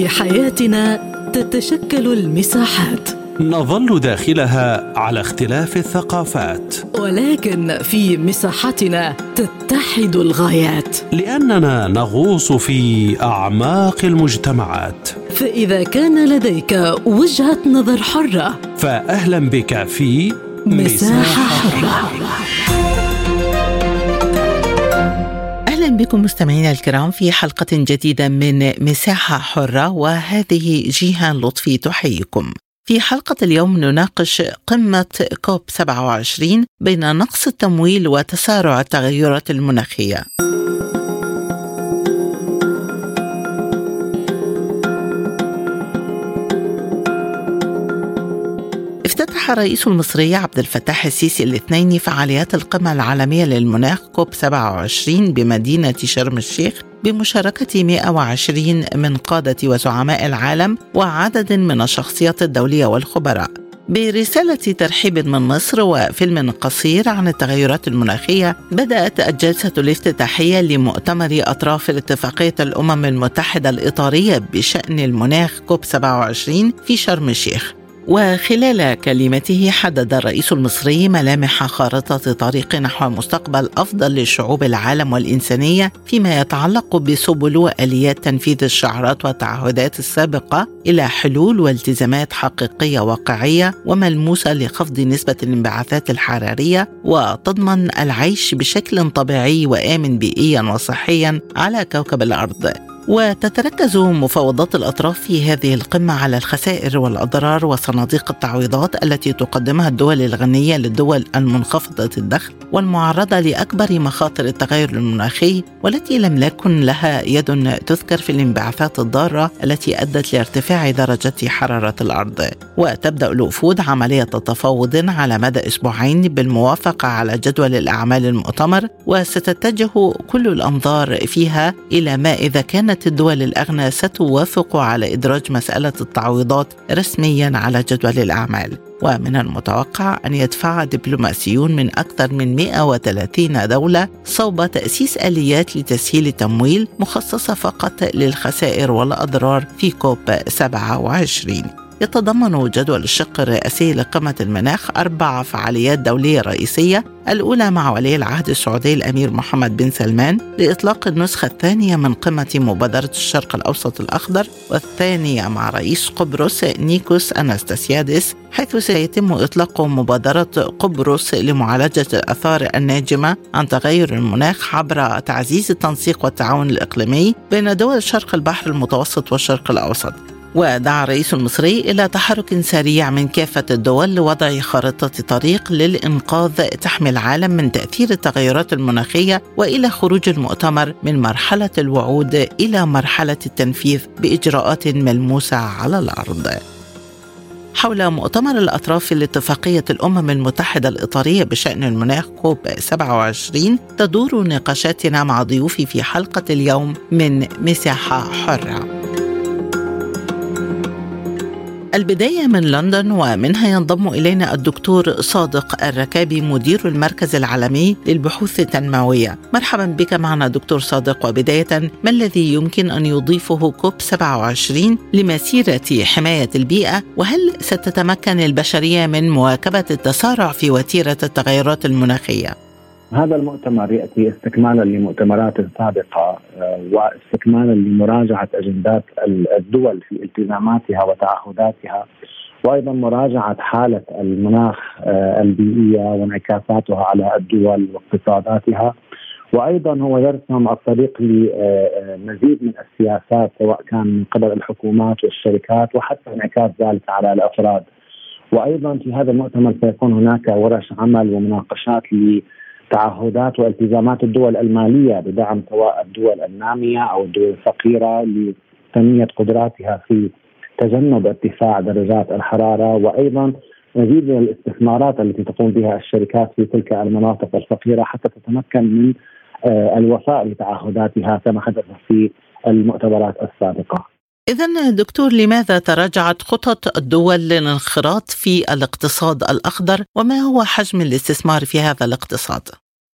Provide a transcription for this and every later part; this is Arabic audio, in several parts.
في حياتنا تتشكل المساحات، نظل داخلها على اختلاف الثقافات، ولكن في مساحتنا تتحد الغايات، لأننا نغوص في أعماق المجتمعات. فإذا كان لديك وجهة نظر حرة، فأهلا بك في مساحة حرة. أهلا بكم مستمعينا الكرام في حلقة جديدة من مساحة حرة، وهذه جيهان لطفي تحييكم. في حلقة اليوم نناقش قمة كوب 27 بين نقص التمويل وتسارع التغيرات المناخية. افتتح الرئيس المصري عبد الفتاح السيسي الاثنين فعاليات القمة العالمية للمناخ كوب 27 بمدينة شرم الشيخ بمشاركة 120 من قادة وزعماء العالم وعدد من الشخصيات الدولية والخبراء. برسالة ترحيب من مصر وفيلم قصير عن التغيرات المناخية، بدأت الجلسة الافتتاحية لمؤتمر أطراف الاتفاقية الأمم المتحدة الإطارية بشأن المناخ كوب 27 في شرم الشيخ. وخلال كلمته حدد الرئيس المصري ملامح خارطة طريق نحو مستقبل أفضل لشعوب العالم والإنسانية فيما يتعلق بسبل وآليات تنفيذ الشعارات والتعهدات السابقة إلى حلول والتزامات حقيقية واقعية وملموسة لخفض نسبة الانبعاثات الحرارية وتضمن العيش بشكل طبيعي وآمن بيئيا وصحيا على كوكب الأرض. وتتركز مفاوضات الأطراف في هذه القمة على الخسائر والأضرار وصناديق التعويضات التي تقدمها الدول الغنية للدول المنخفضة الدخل والمعرضة لأكبر مخاطر التغير المناخي، والتي لم يكن لها يد تذكر في الانبعاثات الضارة التي أدت لارتفاع درجة حرارة الأرض. وتبدأ الوفود عملية تفاوض على مدى أسبوعين بالموافقة على جدول الأعمال المؤتمر، وستتجه كل الأنظار فيها إلى ما إذا كانت الدول الأغنى ستوافق على إدراج مسألة التعويضات رسميا على جدول الأعمال. ومن المتوقع أن يدفع دبلوماسيون من أكثر من 130 دولة صوب تأسيس آليات لتسهيل التمويل مخصصة فقط للخسائر والأضرار في كوب 27. يتضمن جدول الشق الرئاسي لقمة المناخ 4 فعاليات دولية رئيسية، الأولى مع ولي العهد السعودي الأمير محمد بن سلمان لإطلاق النسخة الثانية من قمة مبادرة الشرق الأوسط الأخضر، والثانية مع رئيس قبرص نيكوس أناستاسياديس حيث سيتم إطلاق مبادرة قبرص لمعالجة الآثار الناجمة عن تغير المناخ عبر تعزيز التنسيق والتعاون الإقليمي بين دول شرق البحر المتوسط والشرق الأوسط. ودعا الرئيس المصري إلى تحرك سريع من كافة الدول لوضع خارطة طريق للإنقاذ تحمي العالم من تأثير التغيرات المناخية، وإلى خروج المؤتمر من مرحلة الوعود إلى مرحلة التنفيذ بإجراءات ملموسة على الأرض. حول مؤتمر الأطراف الاتفاقية الأمم المتحدة الإطارية بشأن المناخ كوب 27 تدور نقاشاتنا مع ضيوفي في حلقة اليوم من مساحة حرة. البداية من لندن، ومنها ينضم إلينا الدكتور صادق الركابي مدير المركز العالمي للبحوث التنموية. مرحبا بك معنا دكتور صادق. وبداية، ما الذي يمكن أن يضيفه كوب 27 لمسيرة حماية البيئة، وهل ستتمكن البشرية من مواكبة التسارع في وتيرة التغيرات المناخية؟ هذا المؤتمر يأتي استكمالا لمؤتمرات سابقة واستكمالا لمراجعة أجندات الدول في التزاماتها وتعهداتها، وأيضا مراجعة حالة المناخ البيئية وانعكاساتها على الدول واقتصاداتها، وأيضا هو يرسم الطريق لمزيد من السياسات سواء كان من قبل الحكومات والشركات وحتى انعكاس ذلك على الأفراد. وأيضا في هذا المؤتمر سيكون هناك ورش عمل ومناقشات تعهدات والتزامات الدول المالية بدعم سواء الدول النامية أو الدول الفقيرة لتنمية قدراتها في تجنب ارتفاع درجات الحرارة، وأيضا مزيد من الاستثمارات التي تقوم بها الشركات في تلك المناطق الفقيرة حتى تتمكن من الوفاء لتعهداتها كما حدث في المؤتمرات السابقة. إذن دكتور، لماذا تراجعت خطط الدول للانخراط في الاقتصاد الأخضر، وما هو حجم الاستثمار في هذا الاقتصاد؟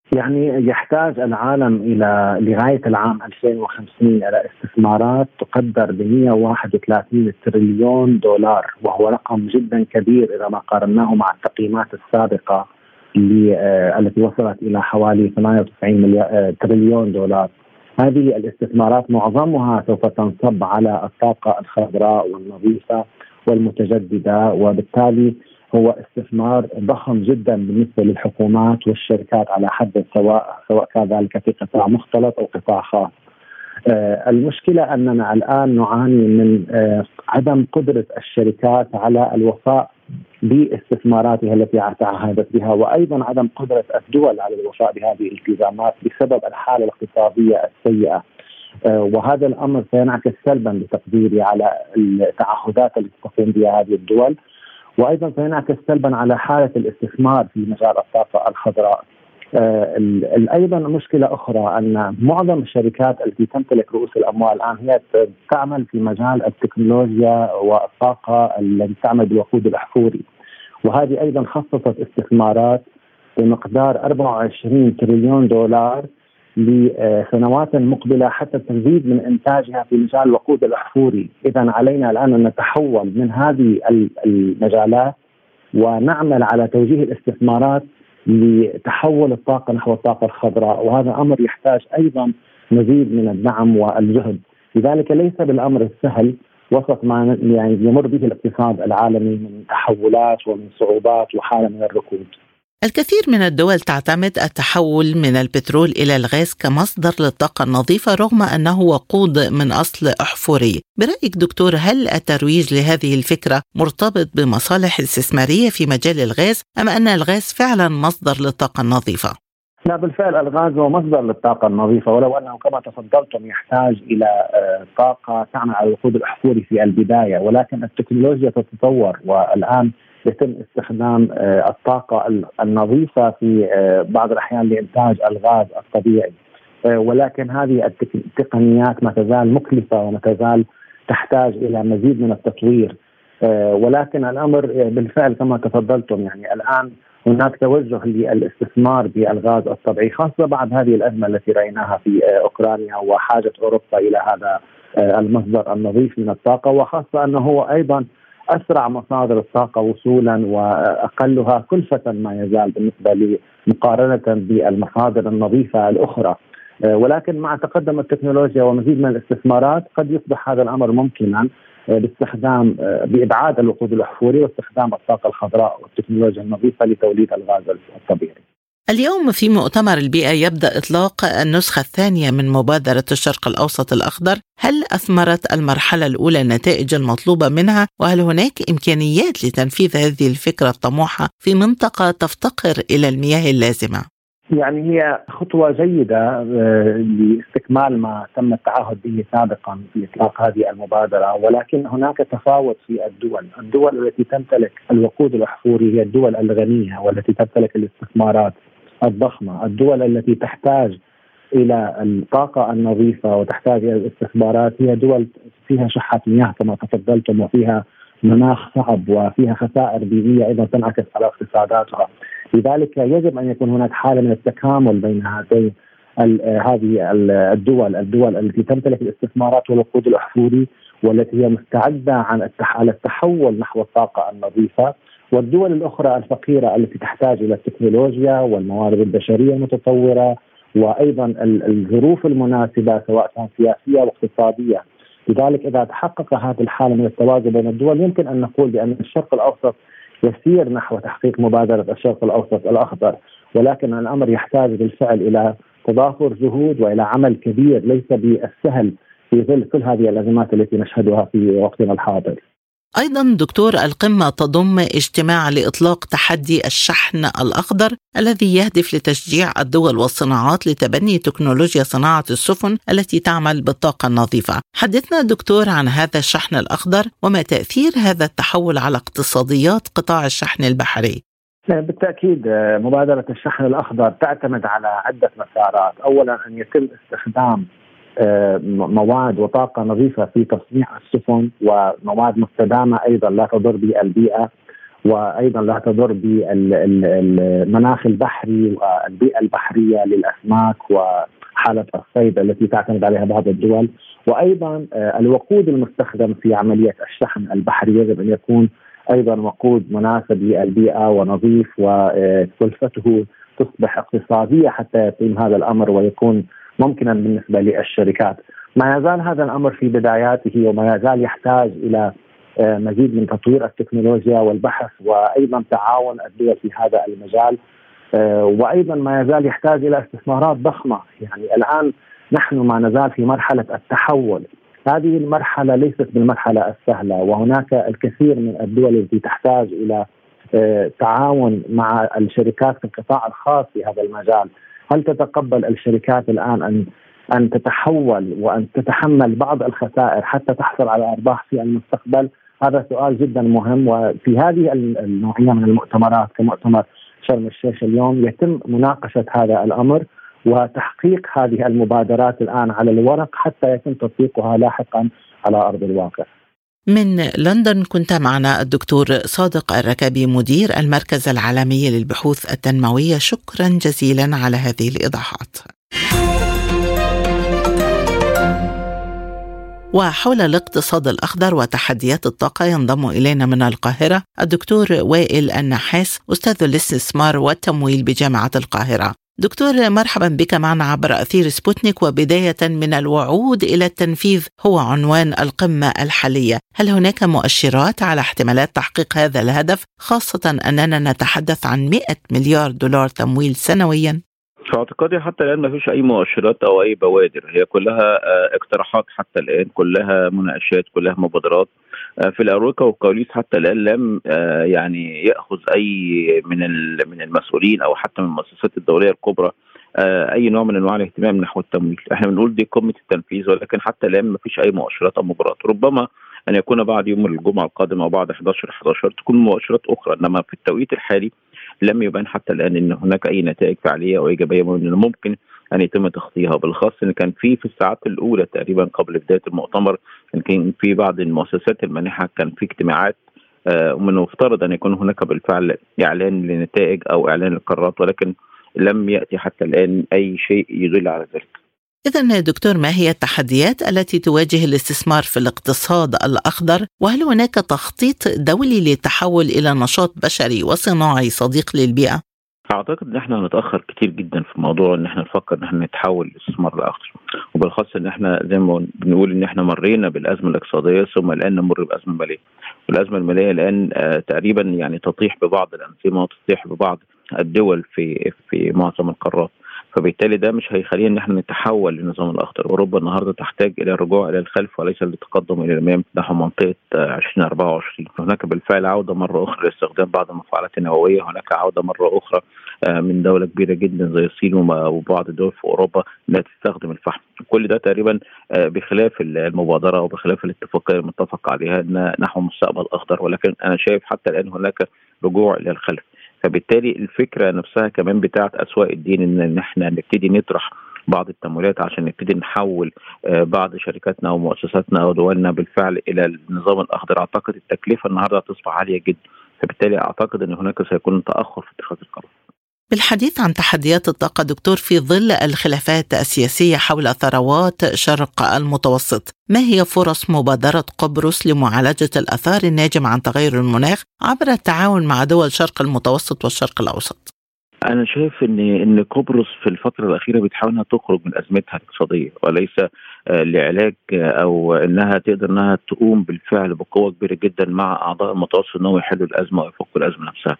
يعني يحتاج العالم إلى لغاية العام 2050 إلى استثمارات تقدر ب 131 تريليون دولار، وهو رقم جدا كبير إذا ما قارناه مع التقييمات السابقة التي وصلت إلى حوالي 98 تريليون دولار. هذه الاستثمارات معظمها سوف تنصب على الطاقة الخضراء والنظيفة والمتجددة، وبالتالي هو استثمار ضخم جدا بالنسبة للحكومات والشركات على حد سواء كان ذلك في قطاع مختلط أو قطاع خاص. المشكلة أننا الآن نعاني من عدم قدرة الشركات على الوفاء باستثماراتها التي تعهدت بها، وأيضا عدم قدرة الدول على الوفاء بهذه الالتزامات بسبب الحالة الاقتصادية السيئة. وهذا الأمر سينعكس سلبا بتقديري على التعهدات التي تقوم بها هذه الدول، وأيضا سينعكس سلبا على حالة الاستثمار في مجال الطاقة الخضراء. أيضا مشكلة أخرى أن معظم الشركات التي تمتلك رؤوس الأموال الآن هي تعمل في مجال التكنولوجيا والطاقة التي تعمل بالوقود الأحفوري، وهذه أيضا خصصت استثمارات بمقدار 24 تريليون دولار لسنوات مقبلة حتى تزيد من إنتاجها في مجال الوقود الأحفوري. إذا علينا الآن أن نتحول من هذه المجالات ونعمل على توجيه الاستثمارات لتحول الطاقة نحو الطاقة الخضراء، وهذا أمر يحتاج أيضا مزيد من الدعم والجهد. لذلك ليس بالأمر السهل وسط ما يعني يمر به الاقتصاد العالمي من تحولات ومن صعوبات وحالة من الركود. الكثير من الدول تعتمد التحول من البترول إلى الغاز كمصدر للطاقة النظيفة رغم أنه وقود من أصل أحفوري. برأيك دكتور، هل الترويج لهذه الفكرة مرتبط بمصالح استثمارية في مجال الغاز أم أن الغاز فعلا مصدر للطاقة النظيفة؟ لا، بالفعل الغاز هو مصدر للطاقة النظيفة، ولو أنه كما تفضلتم يحتاج إلى طاقة تعمل على الوقود الأحفوري في البداية، ولكن التكنولوجيا تتطور والآن يتم استخدام الطاقة النظيفة في بعض الأحيان لإنتاج الغاز الطبيعي، ولكن هذه التقنيات ما تزال مكلفة وما تزال تحتاج إلى مزيد من التطوير. ولكن الأمر بالفعل كما تفضلتم يعني الآن هناك توجه للاستثمار بالغاز الطبيعي، خاصة بعد هذه الأزمة التي رأيناها في أوكرانيا وحاجة أوروبا إلى هذا المصدر النظيف من الطاقة، وخاصة أنه هو أيضا أسرع مصادر الطاقة وصولا وأقلها كلفة ما يزال بالنسبة مقارنة بالمصادر النظيفة الأخرى. ولكن مع تقدم التكنولوجيا ومزيد من الاستثمارات قد يصبح هذا الأمر ممكنا بإبعاد الوقود الأحفوري واستخدام الطاقة الخضراء والتكنولوجيا النظيفة لتوليد الغاز الطبيعي. اليوم في مؤتمر البيئة يبدأ إطلاق النسخة الثانية من مبادرة الشرق الأوسط الأخضر. هل أثمرت المرحلة الأولى النتائج المطلوبة منها؟ وهل هناك إمكانيات لتنفيذ هذه الفكرة الطموحة في منطقة تفتقر إلى المياه اللازمة؟ يعني هي خطوة جيدة لاستكمال ما تم التعهد به سابقا في إطلاق هذه المبادرة، ولكن هناك تفاوت في الدول التي تمتلك الوقود الأحفوري هي الدول الغنية والتي تمتلك الاستثمارات الضخمة. الدول التي تحتاج إلى الطاقة النظيفة وتحتاج إلى الاستثمارات هي دول فيها شحة مياه كما تفضلتم، وفيها مناخ صعب وفيها خسائر بيئية أيضا تنعكس على اقتصاداتها. لذلك يجب أن يكون هناك حالة من التكامل بين هذه الدول التي تمتلك الاستثمارات والوقود الأحفوري والتي هي مستعدة على التحول نحو الطاقة النظيفة، والدول الأخرى الفقيرة التي تحتاج إلى التكنولوجيا والموارد البشرية المتطورة وأيضا الظروف المناسبة سواء كانت سياسية واقتصادية. لذلك إذا تحقق هذه الحالة من التوازن بين الدول يمكن أن نقول بأن الشرق الأوسط يسير نحو تحقيق مبادرة الشرق الأوسط الأخضر، ولكن الأمر يحتاج بالفعل إلى تضافر جهود وإلى عمل كبير ليس بالسهل في ظل كل هذه الأزمات التي نشهدها في وقتنا الحاضر. أيضا دكتور، القمة تضم اجتماع لإطلاق تحدي الشحن الأخضر الذي يهدف لتشجيع الدول والصناعات لتبني تكنولوجيا صناعة السفن التي تعمل بالطاقة النظيفة. حدثنا دكتور عن هذا الشحن الأخضر وما تأثير هذا التحول على اقتصاديات قطاع الشحن البحري. بالتأكيد مبادرة الشحن الأخضر تعتمد على عدة مسارات. أولا أن يتم استخدام مواد وطاقة نظيفة في تصنيع السفن ومواد مستدامة أيضا لا تضر بالبيئة، وأيضا لا تضر بالمناخ البحري والبيئة البحرية للأسماك وحالة الصيد التي تعتمد عليها بعض الدول. وأيضا الوقود المستخدم في عملية الشحن البحري يجب أن يكون أيضا وقود مناسب للبيئة ونظيف، وكلفته تصبح اقتصادية حتى يتم هذا الأمر ويكون ممكنا بالنسبة للشركات. ما يزال هذا الأمر في بداياته، وما يزال يحتاج إلى مزيد من تطوير التكنولوجيا والبحث وأيضا تعاون الدول في هذا المجال، وأيضا ما يزال يحتاج إلى استثمارات ضخمة. يعني الآن نحن ما نزال في مرحلة التحول، هذه المرحلة ليست بالمرحلة السهلة، وهناك الكثير من الدول التي تحتاج إلى تعاون مع الشركات في القطاع الخاص في هذا المجال. هل تتقبل الشركات الآن أن تتحول وأن تتحمل بعض الخسائر حتى تحصل على أرباح في المستقبل؟ هذا سؤال جدا مهم، وفي هذه النوعية من المؤتمرات كمؤتمر شرم الشيخ اليوم يتم مناقشة هذا الأمر وتحقيق هذه المبادرات الآن على الورق حتى يتم تطبيقها لاحقا على أرض الواقع. من لندن كنت معنا الدكتور صادق الركابي مدير المركز العالمي للبحوث التنموية. شكرا جزيلا على هذه الإيضاحات. وحول الاقتصاد الأخضر وتحديات الطاقة ينضم إلينا من القاهرة الدكتور وائل النحاس أستاذ الاستثمار والتمويل بجامعة القاهرة. دكتور مرحبا بك معنا عبر أثير سبوتنيك. وبداية من الوعود إلى التنفيذ هو عنوان القمة الحالية، هل هناك مؤشرات على احتمالات تحقيق هذا الهدف، خاصة أننا نتحدث عن 100 مليار دولار تمويل سنويا؟ في اعتقادي حتى الآن ما فيش أي مؤشرات أو أي بوادر، هي كلها اقتراحات حتى الآن، كلها مناقشات، كلها مبادرات في الأروقة والكواليس. حتى الآن لم يعني يأخذ أي من المسؤولين أو حتى من المؤسسات الدولية الكبرى أي نوع من أنواع الاهتمام نحو التمويل. احنا بنقول دي قمة التنفيذ، ولكن حتى الآن ما فيش أي مؤشرات أو مبادرات. ربما أن يكون بعد يوم الجمعة القادم أو بعد 11 تكون مؤشرات أخرى، إنما في التوقيت الحالي لم يبان حتى الآن أن هناك أي نتائج فعلية أو إيجابية ممكن أن يتم تخطيها. بالخاص أن كان في الساعات الأولى تقريبا قبل بداية المؤتمر كان في بعض المؤسسات المانحة كان في اجتماعات، ومن المفترض أن يكون هناك بالفعل إعلان لنتائج أو إعلان للقرارات، ولكن لم يأتي حتى الآن أي شيء يدل على ذلك. إذن دكتور، ما هي التحديات التي تواجه الاستثمار في الاقتصاد الأخضر؟ وهل هناك تخطيط دولي للتحول إلى نشاط بشري وصناعي صديق للبيئة؟ أعتقد إن إحنا هنتأخر كتير جدا في موضوع إن إحنا نفكر إن إحنا نتحول للاستثمار الأخضر، وبالخاص إن إحنا زي ما بنقول إن إحنا مرينا بالأزمة الاقتصادية ثم الآن نمر بأزمة مالية، والأزمة المالية الآن تقريبا يعني تطيح ببعض الأنظمة وتطيح ببعض الدول في معظم القارات. فبالتالي ده مش هيخلينا ان احنا نتحول للنظام الاخضر. اوروبا النهارده تحتاج الى الرجوع الى الخلف وليس للتقدم الى الامام نحو منطقه 2024. هناك بالفعل عوده مره اخرى لاستخدام بعض المفاعلات النوويه، هناك عوده مره اخرى من دوله كبيره جدا زي الصين وبعض الدول في اوروبا لا تستخدم الفحم. كل ده تقريبا بخلاف المبادره وبخلاف الاتفاقيه المتفق عليها نحو مستقبل اخضر، ولكن انا شايف حتى الان هناك رجوع الى الخلف. فبالتالي الفكرة نفسها كمان بتاعت أسواق الدين إن إحنا نبتدي نطرح بعض التمويلات عشان نبتدي نحول بعض شركاتنا أو مؤسساتنا أو دولنا بالفعل إلى النظام الأخضر. أعتقد التكلفة النهاردة تصبح عالية جدا، فبالتالي أعتقد أن هناك سيكون تأخر في اتخاذ القرار. بالحديث عن تحديات الطاقة دكتور، في ظل الخلافات السياسية حول ثروات شرق المتوسط، ما هي فرص مبادرة قبرص لمعالجة الآثار الناجمة عن تغير المناخ عبر التعاون مع دول شرق المتوسط والشرق الأوسط؟ أنا شايف إن قبرص في الفترة الأخيرة بتحاول أنها تخرج من أزمتها الاقتصادية، وليس لعلاج أو إنها تقدر إنها تقوم بالفعل بقوة كبيرة جدا مع أعضاء المتوسط إنهم يحلوا الأزمة ويفكوا الأزمة نفسها.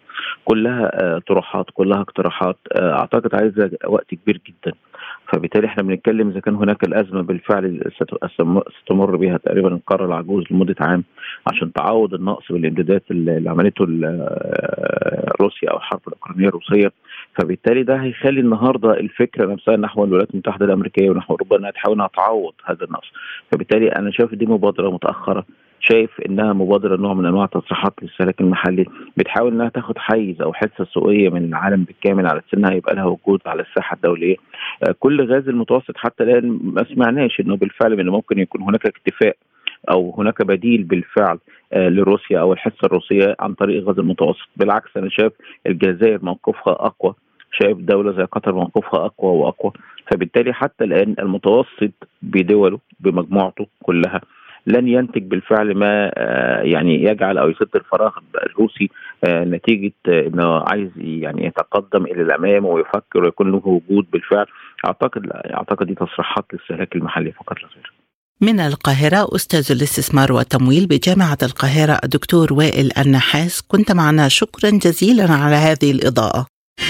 كلها طروحات، كلها اقتراحات، أعتقد عايزة وقت كبير جدا. فبالتالي احنا بنتكلم إذا كان هناك الأزمة بالفعل ستمر بها تقريبا القارة العجوز لمدة عام عشان تعوض النقص بالامدادات اللي عملته روسيا أو حرب الأوكرانية الروسية. فبالتالي ده هيخلي النهارده الفكره نفسها نحو الولايات المتحده الامريكيه ونحو اوروبا انها تحاول انها تعوض هذا النقص. فبالتالي انا شايف دي مبادره متاخره، شايف انها مبادره نوع من انواع التصريحات للسلاك المحلي بتحاول انها تاخد حيز او حصه سوقيه من العالم بالكامل على انها يبقى لها وجود على الساحه الدوليه. كل غاز المتوسط حتى الان ما سمعناش انه بالفعل انه ممكن يكون هناك اكتفاء أو هناك بديل بالفعل لروسيا أو الحصة الروسية عن طريق غاز المتوسط. بالعكس أنا شايف الجزائر موقفها أقوى، شايف دولة زي قطر موقفها أقوى وأقوى. فبالتالي حتى الآن المتوسط بدوله بمجموعته كلها لن ينتج بالفعل ما يعني يجعل أو يسد الفراغ الروسي نتيجة أنه عايز يعني يتقدم إلى الأمام ويفكر ويكون له وجود بالفعل. أعتقد دي تصريحات للاستهلاك المحلي فقط لا غير. من القاهرة أستاذ الاستثمار والتمويل بجامعة القاهرة الدكتور وائل النحاس، كنت معنا، شكرا جزيلا على هذه الإضاءة.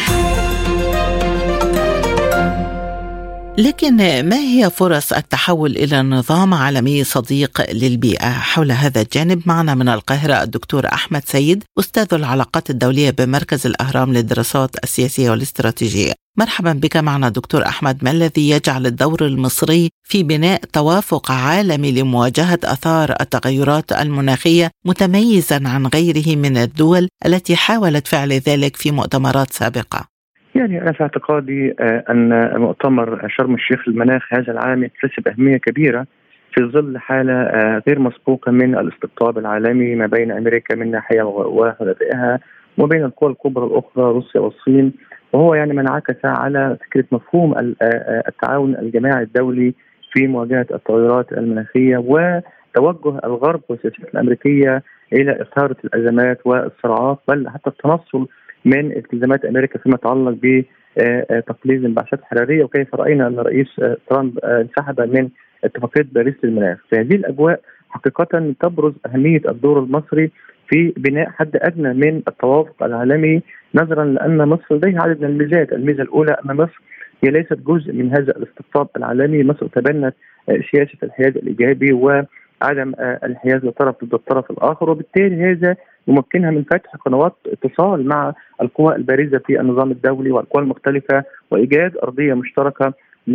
لكن ما هي فرص التحول إلى نظام عالمي صديق للبيئة؟ حول هذا الجانب معنا من القاهرة الدكتور أحمد سيد، أستاذ العلاقات الدولية بمركز الأهرام للدراسات السياسية والاستراتيجية. مرحبا بك معنا دكتور أحمد. ما الذي يجعل الدور المصري في بناء توافق عالمي لمواجهة آثار التغيرات المناخية متميزا عن غيره من الدول التي حاولت فعل ذلك في مؤتمرات سابقة؟ يعني أنا في اعتقادي أن مؤتمر شرم الشيخ للمناخ هذا العام يكتسب أهمية كبيرة في ظل حالة غير مسبوقة من الاستقطاب العالمي ما بين أمريكا من ناحية وحلفائها وبين القوى الكبرى الأخرى روسيا والصين، وهو يعني من انعكس على فكرة مفهوم التعاون الجماعي الدولي في مواجهة التغيرات المناخية وتوجه الغرب والسياسات الأمريكية إلى إثارة الأزمات والصراعات، بل حتى التنصل من التزامات أمريكا فيما يتعلق بتقليل الانبعاثات الحرارية، وكيف رأينا أن الرئيس ترامب انسحب من اتفاقية باريس للمناخ. في هذه الأجواء حقيقة تبرز أهمية الدور المصري في بناء حد أدنى من التوافق العالمي، نظرا لأن مصر لديها عدد من الميزات. الميزة الأولى أن مصر هي ليست جزء من هذا الاستقطاب العالمي، مصر تبنت سياسة الحياد الإيجابي وعدم الحياد لطرف ضد الطرف الآخر، وبالتالي هذا يمكنها من فتح قنوات اتصال مع القوى البارزة في النظام الدولي والقوى المختلفة وإيجاد أرضية مشتركة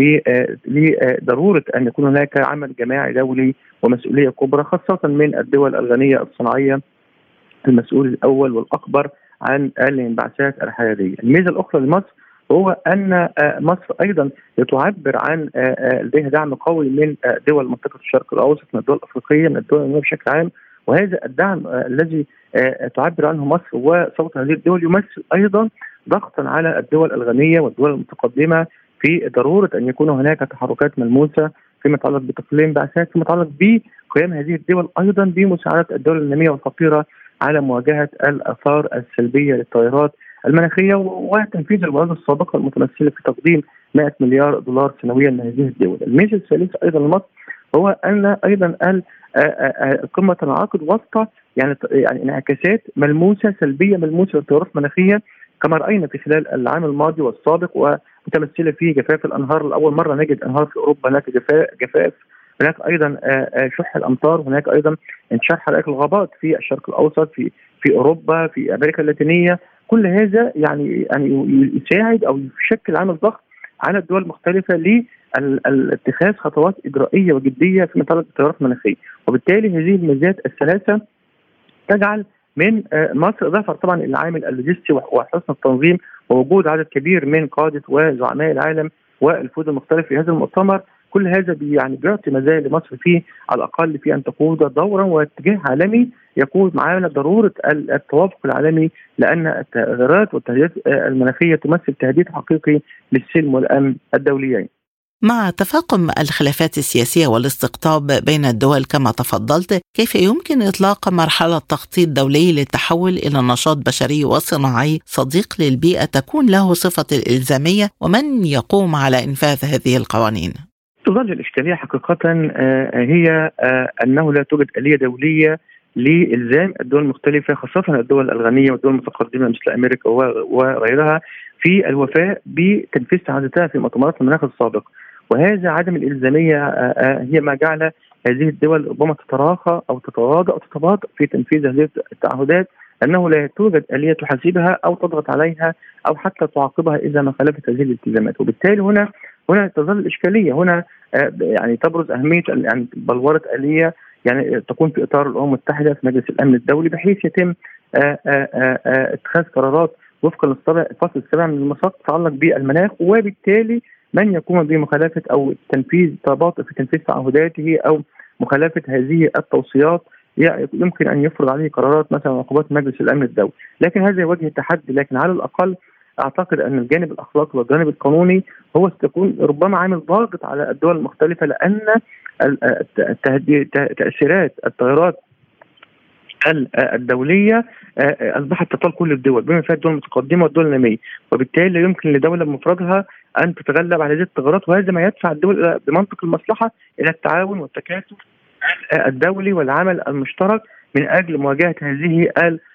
لضرورة أن يكون هناك عمل جماعي دولي ومسؤولية كبرى، خاصة من الدول الغنية الصناعية المسؤول الأول والأكبر عن الانبعاثات الحرارية. الميزة الأخرى لمصر هو أن مصر أيضا تعبر عن لديها دعم قوي من دول منطقة الشرق الأوسط، من الدول الأفريقية، من الدول الأممية بشكل عام، وهذا الدعم الذي تعبر عنه مصر وصوت هذه الدول يمثل أيضا ضغطا على الدول الغنية والدول المتقدمة في ضرورة أن يكون هناك تحركات ملموسة فيما يتعلق بتقليل الانبعاثات، فيما يتعلق بقيام هذه الدول أيضا بمساعدة الدول النامية والفقيرة على مواجهة الآثار السلبية للتغيرات المناخية وتنفيذ الوعود السابقة المتمثلة في تقديم 100 مليار دولار سنويا لهذه الدول. الميزة الثالثة أيضا لمصر هو أن أيضا القمة تنعقد وسط يعني انعكاسات ملموسة سلبية ملموسة للتغيرات المناخية كما رأينا في خلال العام الماضي والسابق، ومتمثلة في جفاف الأنهار. لأول مرة نجد أنهار في أوروبا هناك جفاف، هناك أيضا شح الأمطار، هناك أيضا انتشار حرائق الغابات في الشرق الأوسط، في أوروبا، في أمريكا اللاتينية. كل هذا يعني يساعد أو يشكل عامل ضغط على الدول المختلفة لاتخاذ خطوات إجرائية وجدية في متعلق بالتغيرات المناخية، وبالتالي هذه الميزات الثلاثة تجعل من مصر إضافة طبعا العامل اللوجستي وحسن التنظيم ووجود عدد كبير من قادة وزعماء العالم والفود المختلف في هذا المؤتمر. كل هذا يعني بيعطي مزايا لمصر فيه على الأقل في أن تقود دورا واتجاه عالمي يقود معانا ضرورة التوافق العالمي، لأن التغيرات والتهديدات المناخية تمثل تهديد حقيقي للسلم والأمن الدوليين. مع تفاقم الخلافات السياسية والاستقطاب بين الدول كما تفضلت، كيف يمكن إطلاق مرحلة تخطيط دولي للتحول إلى نشاط بشري وصناعي صديق للبيئة تكون له صفة الإلزامية، ومن يقوم على إنفاذ هذه القوانين؟ تظل الإشكالية حقيقة هي أنه لا توجد آلية دولية لإلزام الدول المختلفة خاصة الدول الغنية والدول المتقدمة مثل أمريكا وغيرها في الوفاء بتنفيذ تعهداتها في مؤتمرات المناخ السابقة، وهذا عدم الإلزامية هي ما جعل هذه الدول ربما تتراخى أو تتغاضى أو تتباطأ في تنفيذ هذه التعهدات، أنه لا توجد آلية تحاسبها أو تضغط عليها أو حتى تعاقبها إذا ما خالفت هذه الالتزامات. وبالتالي هنا تظل الإشكالية، هنا يعني تبرز أهمية يعني بلورة آلية يعني تكون في إطار الأمم المتحدة في مجلس الأمن الدولي، بحيث يتم اتخاذ قرارات وفقا للفصل 7 من الميثاق تتعلق بالمناخ، وبالتالي من يقوم بمخالفة أو تنفيذ تباطؤ في تنفيذ تعهداته أو مخالفة هذه التوصيات يمكن أن يفرض عليه قرارات مثلا عقوبات مجلس الأمن الدولي، لكن هذا يواجه التحدي. لكن على الأقل أعتقد أن الجانب الأخلاقي والجانب القانوني هو سيكون ربما عامل ضاغط على الدول المختلفة، لأن تأثيرات التغيرات الدولية أصبحت تطال كل الدول بما فيها الدول المتقدمة والدول النامية، وبالتالي لا يمكن لدولة بمفردها أن تتغلب على هذه التغيرات، وهذا ما يدفع الدول بمنطق المصلحة إلى التعاون والتكاتف الدولي والعمل المشترك من أجل مواجهة هذه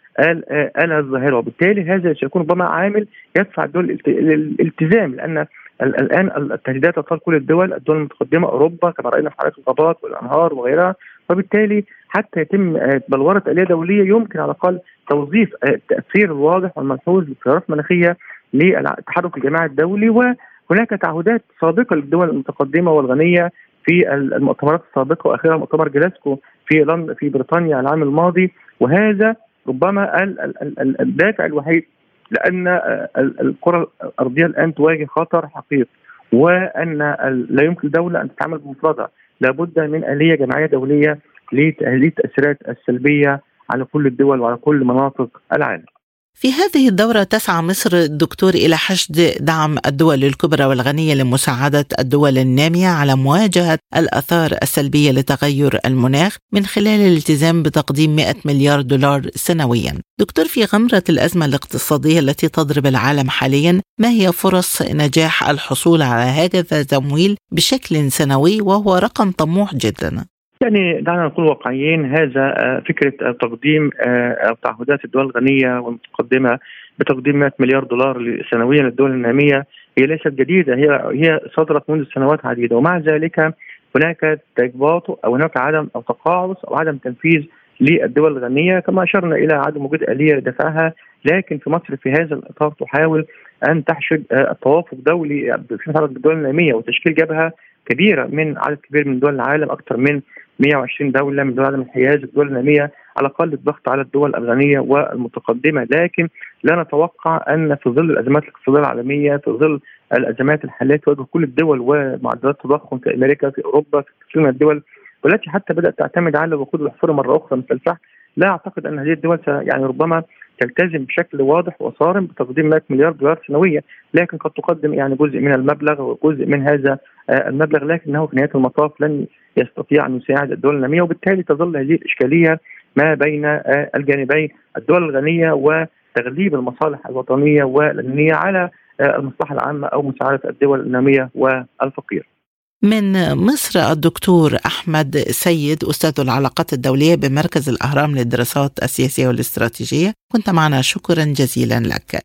الظاهرة. وبالتالي هذا سيكون ربما عامل يدفع الدول الالتزام، لأن الآن التهديدات تطال كل الدول المتقدمة، أوروبا كما رأينا في حالات الغابات والأنهار وغيرها. وبالتالي حتى يتم بلورة آلية دولية يمكن على الأقل توظيف التأثير الواضح والملحوظ للتغيرات المناخية للتحرك الجماعي الدولي. وهناك تعهدات سابقة للدول المتقدمة والغنية في المؤتمرات السابقة، وآخرها مؤتمر جلاسكو في بريطانيا العام الماضي، وهذا ربما الدافع الوحيد، لأن الكرة الأرضية الآن تواجه خطر حقيقي، وأن لا يمكن دولة أن تتعامل بمفردها، لابد من آلية جماعية دولية لتقليل التأثيرات السلبية على كل الدول وعلى كل مناطق العالم. في هذه الدورة تسعى مصر دكتور إلى حشد دعم الدول الكبرى والغنية لمساعدة الدول النامية على مواجهة الآثار السلبية لتغير المناخ من خلال الالتزام بتقديم 100 مليار دولار سنويا. دكتور، في غمرة الأزمة الاقتصادية التي تضرب العالم حاليا، ما هي فرص نجاح الحصول على هذا التمويل بشكل سنوي وهو رقم طموح جدا؟ يعني دعنا نكون واقعيين، هذا فكرة تقديم أو تعهدات الدول الغنية والمتقدمة بتقديم 100 مليار دولار سنويا للدول النامية هي ليست جديدة، هي صدرت منذ سنوات عديدة، ومع ذلك هناك تجباط أو هناك عدم أو تقاعس أو عدم تنفيذ للدول الغنية، كما أشرنا إلى عدم وجود آلية لدفعها. لكن في مصر في هذا الإطار تحاول أن تحشد التوافق دولي في مساعدة الدول النامية وتشكيل جبهة كبيرة من عدد كبير من دول العالم، أكثر من 120 دولة من دول العالم الحياز، الدول النامية، على الأقل الضغط على الدول الغنية والمتقدمة. لكن لا نتوقع أن في ظل الأزمات الاقتصادية العالمية، في ظل الأزمات الحالية تواجه كل الدول ومعدلات التضخم في أمريكا، في أوروبا، في كثير من الدول والتي حتى بدأت تعتمد على الوقود الأحفوري مرة أخرى مثل الفحم، لا أعتقد أن هذه الدول يعني ربما تلتزم بشكل واضح وصارم بتقديم 100 مليار دولار سنويا، لكن قد تقدم يعني جزء من المبلغ وجزء من هذا المبلغ، لكنه في نهاية المطاف لن يستطيع أن يساعد الدول النامية. وبالتالي تظل هذه الإشكالية ما بين الجانبين، الدول الغنية وتغليب المصالح الوطنية والأمنية على المصلحة العامة أو مساعدة الدول النامية والفقير. من مصر الدكتور أحمد سيد، أستاذ العلاقات الدولية بمركز الأهرام للدراسات السياسية والاستراتيجية، كنت معنا، شكرا جزيلا لك.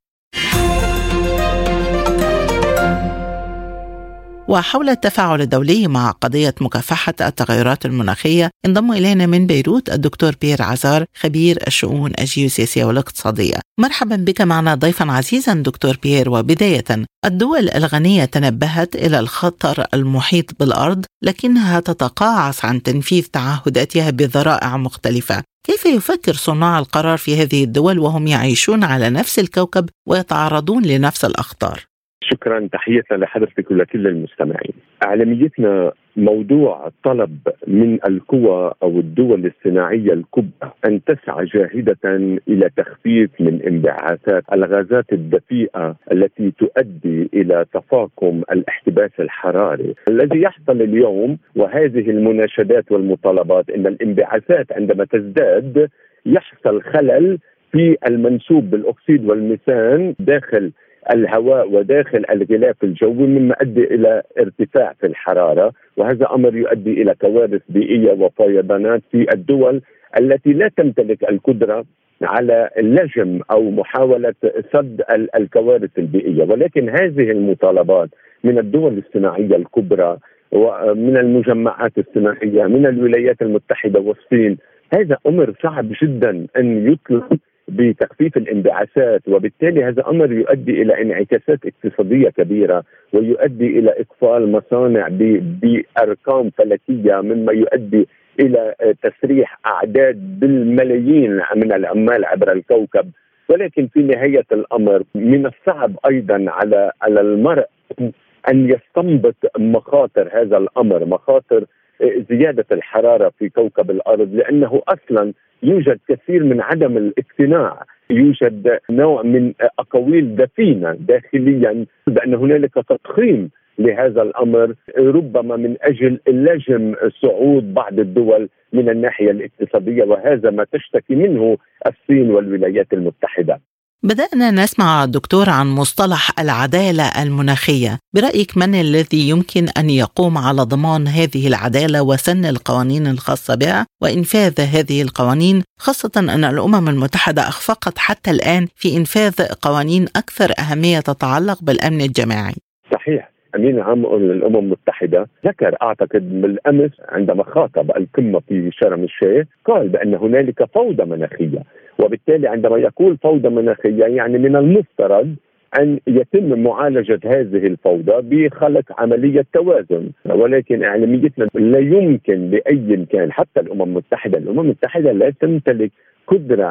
وحول التفاعل الدولي مع قضية مكافحة التغيرات المناخية انضم إلينا من بيروت الدكتور بيير عزار، خبير الشؤون الجيوسياسية والاقتصادية. مرحبا بك معنا ضيفا عزيزا دكتور بيير. وبداية، الدول الغنية تنبهت إلى الخطر المحيط بالأرض، لكنها تتقاعس عن تنفيذ تعهداتها بذرائع مختلفة. كيف يفكر صناع القرار في هذه الدول وهم يعيشون على نفس الكوكب ويتعرضون لنفس الأخطار؟ شكرا، تحية لحضرتك ولكل المستمعين. أعلاميتنا موضوع طلب من القوى أو الدول الصناعية الكبرى أن تسعى جاهدة إلى تخفيف من انبعاثات الغازات الدفيئة التي تؤدي إلى تفاقم الاحتباس الحراري الذي يحصل اليوم. وهذه المناشدات والمطالبات إن الانبعاثات عندما تزداد يحصل خلل في المنسوب بالأكسيد والميثان داخل الهواء وداخل الغلاف الجوي، مما يؤدي إلى ارتفاع في الحرارة، وهذا أمر يؤدي إلى كوارث بيئية وفيضانات في الدول التي لا تمتلك القدرة على اللجم أو محاولة سد الكوارث البيئية. ولكن هذه المطالبات من الدول الصناعية الكبرى ومن المجمعات الصناعية من الولايات المتحدة والصين، هذا أمر صعب جدا أن يطلب بتخفيف الانبعاثات، وبالتالي هذا أمر يؤدي إلى انعكاسات اقتصادية كبيرة ويؤدي إلى إقفال مصانع بأرقام فلكية، مما يؤدي إلى تسريح أعداد بالملايين من العمال عبر الكوكب. ولكن في نهاية الأمر من الصعب أيضا على المرء أن يستنبط مخاطر هذا الأمر، مخاطر زيادة الحرارة في كوكب الأرض، لأنه أصلا يوجد كثير من عدم الاقتناع، يوجد نوع من أقاويل دفينة داخليا بأن هنالك تضخيم لهذا الأمر، ربما من أجل لجم صعود بعض الدول من الناحية الاقتصادية، وهذا ما تشتكي منه الصين والولايات المتحدة. بدأنا نسمع دكتور عن مصطلح العدالة المناخية. برأيك من الذي يمكن أن يقوم على ضمان هذه العدالة وسن القوانين الخاصة بها وإنفاذ هذه القوانين، خاصة أن الأمم المتحدة أخفقت حتى الآن في إنفاذ قوانين أكثر أهمية تتعلق بالأمن الجماعي؟ صحيح، أمين العام للأمم المتحدة ذكر أعتقد بالأمس عندما خاطب القمة في شرم الشيخ قال بأن هنالك فوضى مناخية، وبالتالي عندما يقول فوضى مناخية يعني من المفترض أن يتم معالجة هذه الفوضى بخلق عملية توازن، ولكن إعلاميتنا لا يمكن لأي كان حتى الأمم المتحدة لا تمتلك قدرة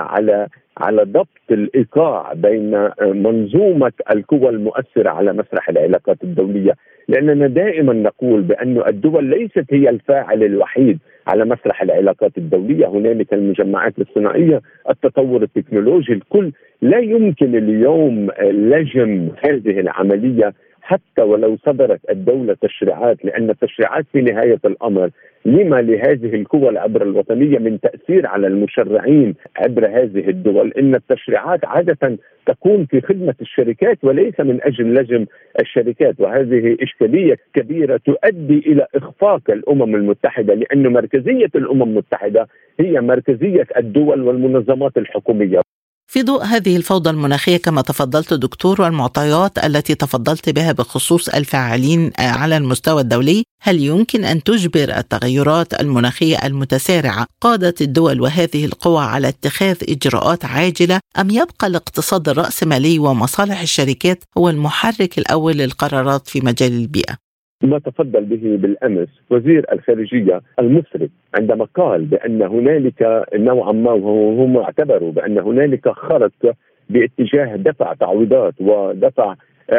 على ضبط الإيقاع بين منظومة القوى المؤثرة على مسرح العلاقات الدولية، لأننا دائما نقول بأن الدول ليست هي الفاعل الوحيد على مسرح العلاقات الدولية. هنالك المجمعات الصناعية، التطور التكنولوجي، الكل لا يمكن اليوم لجم هذه العملية حتى ولو صدرت الدولة تشريعات، لأن التشريعات في نهاية الأمر لما لهذه القوى العبر الوطنية من تأثير على المشرعين عبر هذه الدول. إن التشريعات عادة تكون في خدمة الشركات وليس من أجل لجم الشركات، وهذه إشكالية كبيرة تؤدي إلى إخفاق الأمم المتحدة، لأن مركزية الأمم المتحدة هي مركزية الدول والمنظمات الحكومية. في ضوء هذه الفوضى المناخية كما تفضلت دكتور والمعطيات التي تفضلت بها بخصوص الفاعلين على المستوى الدولي، هل يمكن أن تجبر التغيرات المناخية المتسارعة قادة الدول وهذه القوى على اتخاذ إجراءات عاجلة، أم يبقى الاقتصاد الرأسمالي ومصالح الشركات هو المحرك الأول للقرارات في مجال البيئة؟ ما تفضل به بالأمس وزير الخارجية المصري عندما قال بأن هنالك نوعا ما، وهم اعتبروا بأن هنالك خرق باتجاه دفع تعويضات ودفع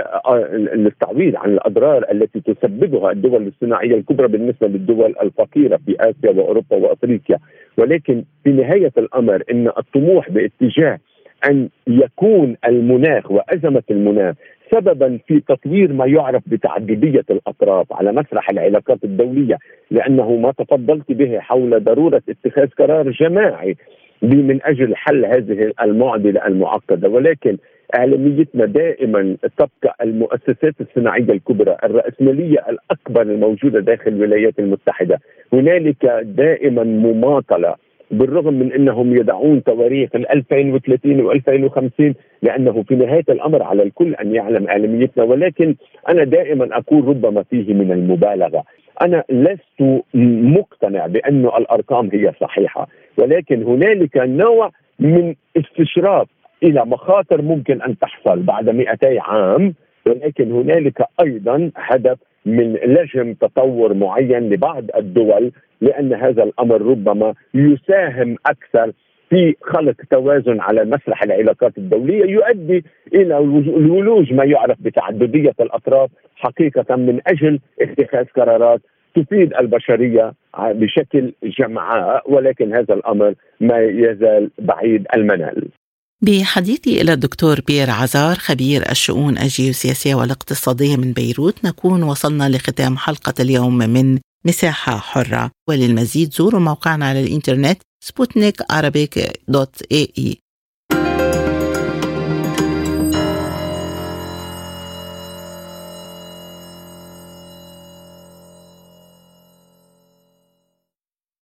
التعويض عن الأضرار التي تسببها الدول الصناعية الكبرى بالنسبة للدول الفقيرة في آسيا وأوروبا وأفريقيا، ولكن في نهاية الأمر إن الطموح باتجاه أن يكون المناخ وأزمة المناخ سببا في تطوير ما يعرف بتعددية الأطراف على مسرح العلاقات الدولية، لأنه ما تفضلت به حول ضرورة اتخاذ قرار جماعي من أجل حل هذه المعضلة المعقدة. ولكن إعلاميتنا دائما تبقى المؤسسات الصناعية الكبرى الرأسمالية الأكبر الموجودة داخل الولايات المتحدة، هنالك دائما مماطلة بالرغم من أنهم يدعون تواريخ 2030 و2050، لأنه في نهاية الأمر على الكل أن يعلم إعلاميتنا. ولكن أنا دائما أقول ربما فيه من المبالغة. أنا لست مقتنع بأن الأرقام هي صحيحة، ولكن هنالك نوع من استشراف إلى مخاطر ممكن أن تحصل بعد 200 عام، ولكن هنالك أيضا هدف من لجم تطور معين لبعض الدول، لأن هذا الأمر ربما يساهم أكثر في خلق توازن على مسرح العلاقات الدولية يؤدي إلى الولوج ما يعرف بتعددية الأطراف حقيقة من أجل اتخاذ قرارات تفيد البشرية بشكل جمعاء، ولكن هذا الأمر ما يزال بعيد المنال. بحديثي إلى الدكتور بيير عزار خبير الشؤون الجيوسياسية والاقتصادية من بيروت نكون وصلنا لختام حلقة اليوم من مساحة حرة، وللمزيد زوروا موقعنا على الإنترنت sputnikarabic.ae.